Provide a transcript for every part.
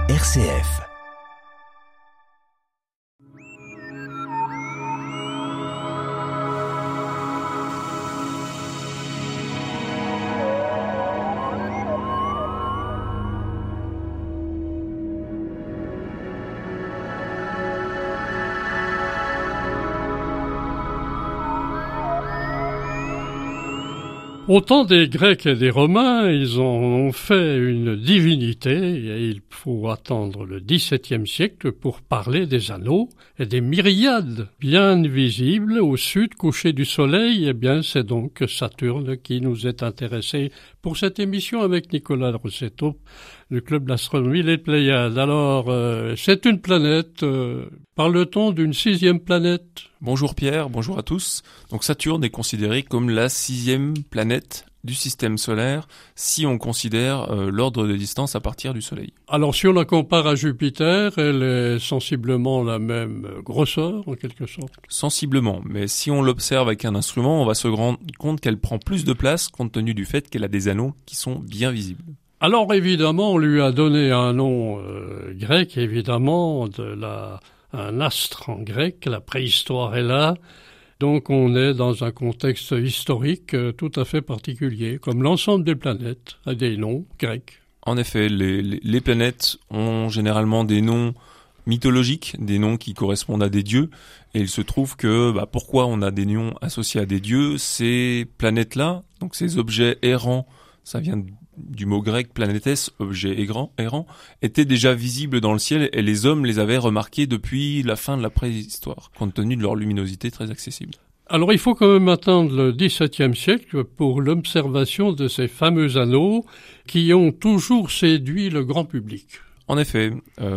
RCF. Au temps des Grecs et des Romains, ils en ont fait une divinité et il faut attendre le XVIIe siècle pour parler des anneaux et des myriades bien visibles au sud couché du soleil. Eh bien, c'est donc Saturne qui nous est intéressé pour cette émission avec Nicolas Rossetto du Club d'Astronomie Les Pléiades. Alors, c'est une planète. Parle-t-on d'une 6e planète ? Bonjour Pierre, bonjour à tous. Donc Saturne est considérée comme la 6e planète du système solaire si on considère l'ordre de distance à partir du Soleil. Alors si on la compare à Jupiter, elle est sensiblement la même grosseur en quelque sorte. Sensiblement, mais si on l'observe avec un instrument, on va se rendre compte qu'elle prend plus de place compte tenu du fait qu'elle a des anneaux qui sont bien visibles. Alors évidemment, on lui a donné un nom grec, évidemment, un astre en grec, la préhistoire est là. Donc on est dans un contexte historique tout à fait particulier, comme l'ensemble des planètes a des noms grecs. En effet, les planètes ont généralement des noms mythologiques, des noms qui correspondent à des dieux, et il se trouve que pourquoi on a des noms associés à des dieux, ces planètes-là, donc ces objets errants, ça vient du mot grec planétes, objet errant, étaient déjà visibles dans le ciel et les hommes les avaient remarqués depuis la fin de la préhistoire, compte tenu de leur luminosité très accessible. Alors il faut quand même attendre le XVIIe siècle pour l'observation de ces fameux anneaux qui ont toujours séduit le grand public. En effet,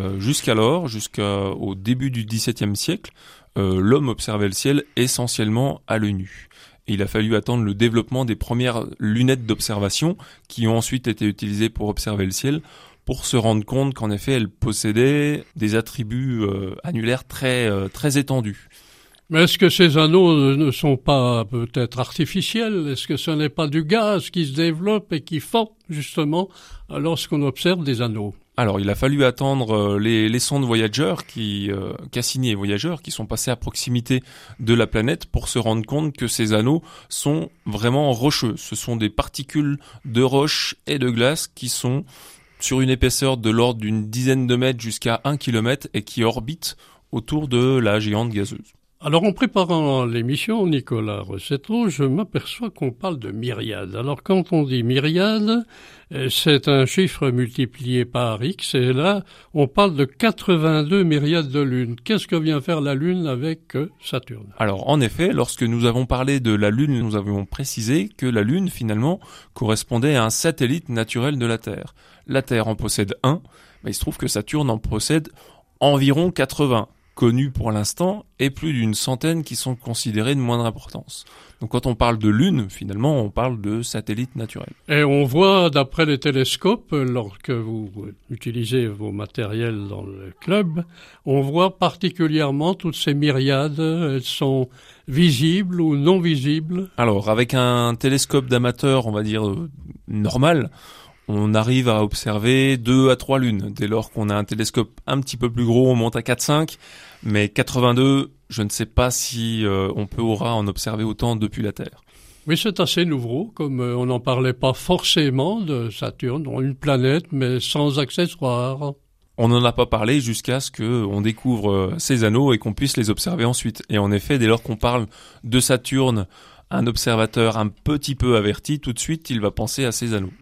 jusqu'au début du XVIIe siècle, l'homme observait le ciel essentiellement à l'œil nu. Et il a fallu attendre le développement des premières lunettes d'observation qui ont ensuite été utilisées pour observer le ciel pour se rendre compte qu'en effet elles possédaient des attributs annulaires très étendus. Mais est-ce que ces anneaux ne sont pas peut-être artificiels ? Est-ce que ce n'est pas du gaz qui se développe et qui fond justement lorsqu'on observe des anneaux ? Alors, il a fallu attendre les sondes Voyager, Cassini et Voyager, qui sont passés à proximité de la planète pour se rendre compte que ces anneaux sont vraiment rocheux. Ce sont des particules de roche et de glace qui sont sur une épaisseur de l'ordre d'une dizaine de mètres jusqu'à 1 kilomètre et qui orbitent autour de la géante gazeuse. Alors, en préparant l'émission, Nicolas Rossetto, je m'aperçois qu'on parle de myriades. Alors, quand on dit myriades, c'est un chiffre multiplié par X, et là, on parle de 82 myriades de lunes. Qu'est-ce que vient faire la Lune avec Saturne ? Alors, en effet, lorsque nous avons parlé de la Lune, nous avions précisé que la Lune, finalement, correspondait à un satellite naturel de la Terre. La Terre en possède un, mais il se trouve que Saturne en possède environ 80. Connus pour l'instant, et plus d'une centaine qui sont considérés de moindre importance. Donc quand on parle de Lune, finalement, on parle de satellites naturels. Et on voit, d'après les télescopes, lorsque vous utilisez vos matériels dans le club, on voit particulièrement toutes ces myriades, elles sont visibles ou non visibles. Alors, avec un télescope d'amateur, on va dire normal, on arrive à observer 2 à 3 lunes. Dès lors qu'on a un télescope un petit peu plus gros, on monte à 4-5. Mais 82, je ne sais pas si on aura en observer autant depuis la Terre. Oui, c'est assez nouveau, comme on n'en parlait pas forcément de Saturne, une planète, mais sans accessoires. On n'en a pas parlé jusqu'à ce qu'on découvre ces anneaux et qu'on puisse les observer ensuite. Et en effet, dès lors qu'on parle de Saturne, un observateur un petit peu averti, tout de suite, il va penser à ces anneaux.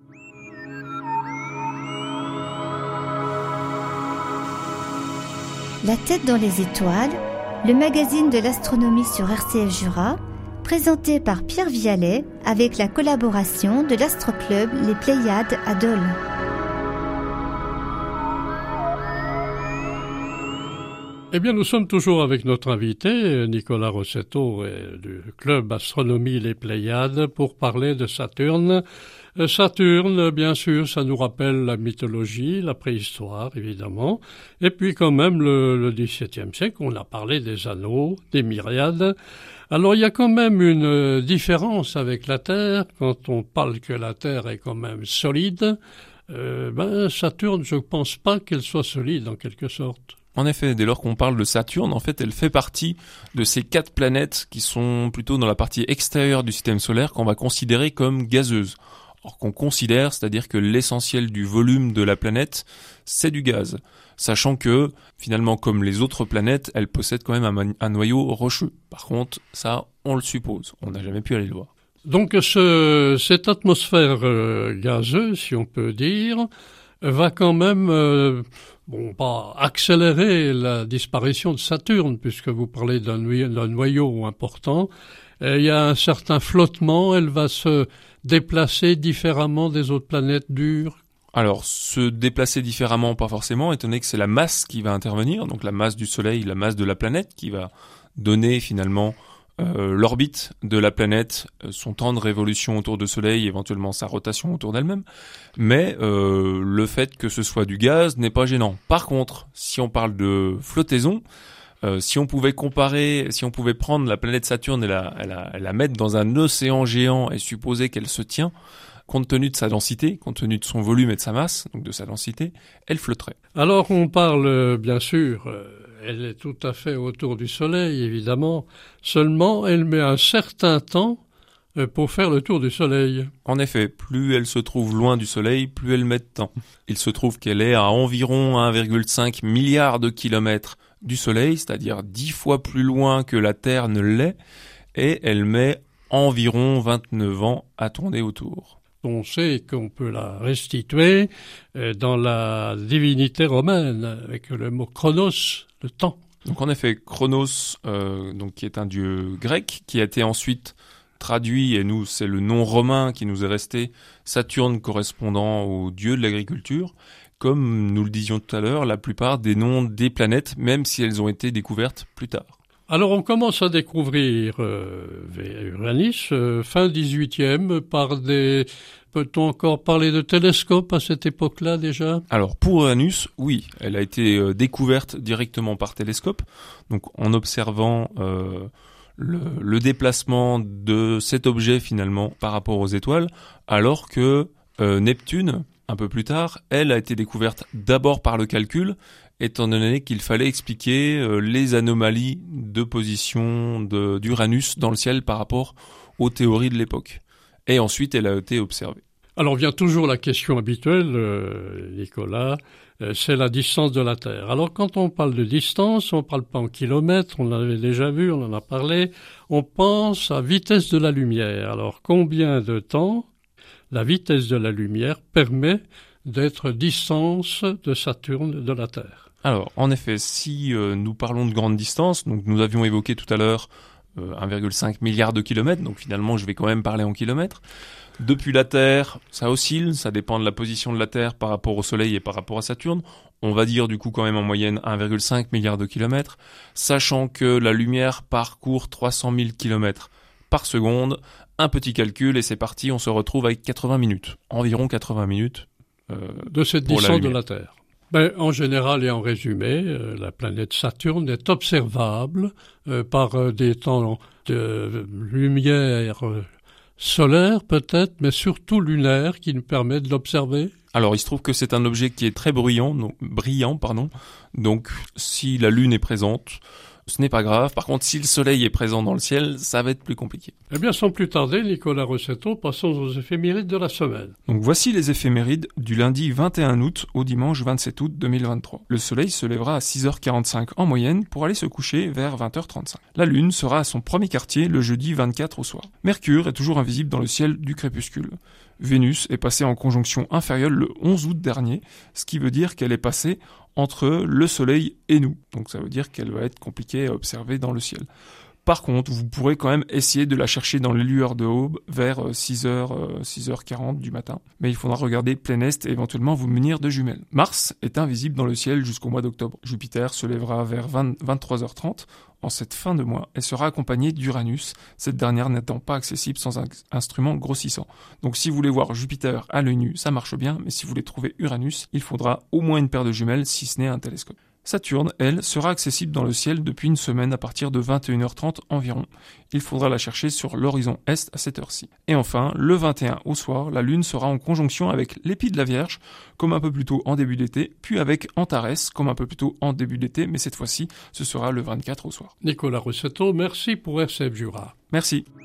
La tête dans les étoiles, le magazine de l'astronomie sur RCF Jura, présenté par Pierre Vialet avec la collaboration de l'Astroclub Les Pléiades à Dole. Eh bien, nous sommes toujours avec notre invité, Nicolas Rossetto, du Club Astronomie Les Pléiades, pour parler de Saturne. Saturne, bien sûr, ça nous rappelle la mythologie, la préhistoire, évidemment. Et puis quand même, le XVIIe siècle, on a parlé des anneaux, des myriades. Alors il y a quand même une différence avec la Terre, quand on parle que la Terre est quand même solide. Saturne, je ne pense pas qu'elle soit solide en quelque sorte. En effet, dès lors qu'on parle de Saturne, en fait, elle fait partie de ces 4 planètes qui sont plutôt dans la partie extérieure du système solaire qu'on va considérer comme gazeuses. Or qu'on considère, c'est-à-dire que l'essentiel du volume de la planète, c'est du gaz. Sachant que, finalement, comme les autres planètes, elle possède quand même un noyau rocheux. Par contre, ça, on le suppose. On n'a jamais pu aller le voir. Donc cette atmosphère gazeuse, si on peut dire, va quand même pas accélérer la disparition de Saturne, puisque vous parlez d'un noyau important. Il y a un certain flottement, elle va se déplacer différemment des autres planètes dures. Alors, se déplacer différemment, pas forcément, étant donné que c'est la masse qui va intervenir, donc la masse du Soleil, la masse de la planète, qui va donner finalement l'orbite de la planète, son temps de révolution autour du Soleil, éventuellement sa rotation autour d'elle-même. Mais le fait que ce soit du gaz n'est pas gênant. Par contre, si on parle de flottaison, si on pouvait prendre la planète Saturne et la mettre dans un océan géant et supposer qu'elle se tient, compte tenu de sa densité, compte tenu de son volume et de sa masse, donc de sa densité, elle flotterait. Alors on parle bien sûr, elle est tout à fait autour du Soleil évidemment, seulement elle met un certain temps pour faire le tour du Soleil. En effet, plus elle se trouve loin du Soleil, plus elle met de temps. Il se trouve qu'elle est à environ 1,5 milliard de kilomètres du Soleil, c'est-à-dire 10 fois plus loin que la Terre ne l'est, et elle met environ 29 ans à tourner autour. On sait qu'on peut la restituer dans la divinité romaine, avec le mot chronos, le temps. Donc en effet, Chronos, donc qui est un dieu grec, qui a été ensuite traduit, et nous, c'est le nom romain qui nous est resté, Saturne correspondant au dieu de l'agriculture. Comme nous le disions tout à l'heure, la plupart des noms des planètes, même si elles ont été découvertes plus tard. Alors on commence à découvrir Uranus fin 18e par des... Peut-on encore parler de télescopes à cette époque-là déjà ? Alors pour Uranus, oui, elle a été découverte directement par télescope, donc en observant le déplacement de cet objet finalement par rapport aux étoiles, alors que Neptune, un peu plus tard, elle a été découverte d'abord par le calcul, étant donné qu'il fallait expliquer les anomalies de position d'Uranus dans le ciel par rapport aux théories de l'époque. Et ensuite, elle a été observée. Alors vient toujours la question habituelle, Nicolas, c'est la distance de la Terre. Alors quand on parle de distance, on ne parle pas en kilomètres, on l'avait déjà vu, on en a parlé, on pense à vitesse de la lumière. Alors combien de temps la vitesse de la lumière permet d'être distance de Saturne de la Terre? Alors, en effet, si nous parlons de grande distance, donc nous avions évoqué tout à l'heure 1,5 milliard de kilomètres, donc finalement je vais quand même parler en kilomètres. Depuis la Terre, ça oscille, ça dépend de la position de la Terre par rapport au Soleil et par rapport à Saturne. On va dire du coup quand même en moyenne 1,5 milliard de kilomètres, sachant que la lumière parcourt 300 000 kilomètres par seconde. Un petit calcul et c'est parti, on se retrouve avec 80 minutes, environ 80 minutes de cette distance de la Terre. En général et en résumé, la planète Saturne est observable par des temps de lumière solaire peut-être, mais surtout lunaire qui nous permet de l'observer. Alors il se trouve que c'est un objet qui est très brillant, donc si la Lune est présente, ce n'est pas grave. Par contre, si le Soleil est présent dans le ciel, ça va être plus compliqué. Eh bien, sans plus tarder, Nicolas Rossetto, passons aux éphémérides de la semaine. Donc voici les éphémérides du lundi 21 août au dimanche 27 août 2023. Le Soleil se lèvera à 6h45 en moyenne pour aller se coucher vers 20h35. La Lune sera à son premier quartier le jeudi 24 au soir. Mercure est toujours invisible dans le ciel du crépuscule. Vénus est passée en conjonction inférieure le 11 août dernier, ce qui veut dire qu'elle est passée entre le Soleil et nous. Donc ça veut dire qu'elle va être compliquée à observer dans le ciel. Par contre, vous pourrez quand même essayer de la chercher dans les lueurs de l'aube vers 6h40 du matin. Mais il faudra regarder plein est et éventuellement vous munir de jumelles. Mars est invisible dans le ciel jusqu'au mois d'octobre. Jupiter se lèvera vers 23h30 en cette fin de mois et sera accompagné d'Uranus, cette dernière n'étant pas accessible sans un instrument grossissant. Donc si vous voulez voir Jupiter à l'œil nu, ça marche bien, mais si vous voulez trouver Uranus, il faudra au moins une paire de jumelles, si ce n'est un télescope. Saturne, elle, sera accessible dans le ciel depuis une semaine à partir de 21h30 environ. Il faudra la chercher sur l'horizon est à cette heure-ci. Et enfin, le 21 au soir, la Lune sera en conjonction avec l'épi de la Vierge, comme un peu plus tôt en début d'été, puis avec Antares, comme un peu plus tôt en début d'été, mais cette fois-ci, ce sera le 24 au soir. Nicolas Rossetto, merci pour RCF Jura. Merci.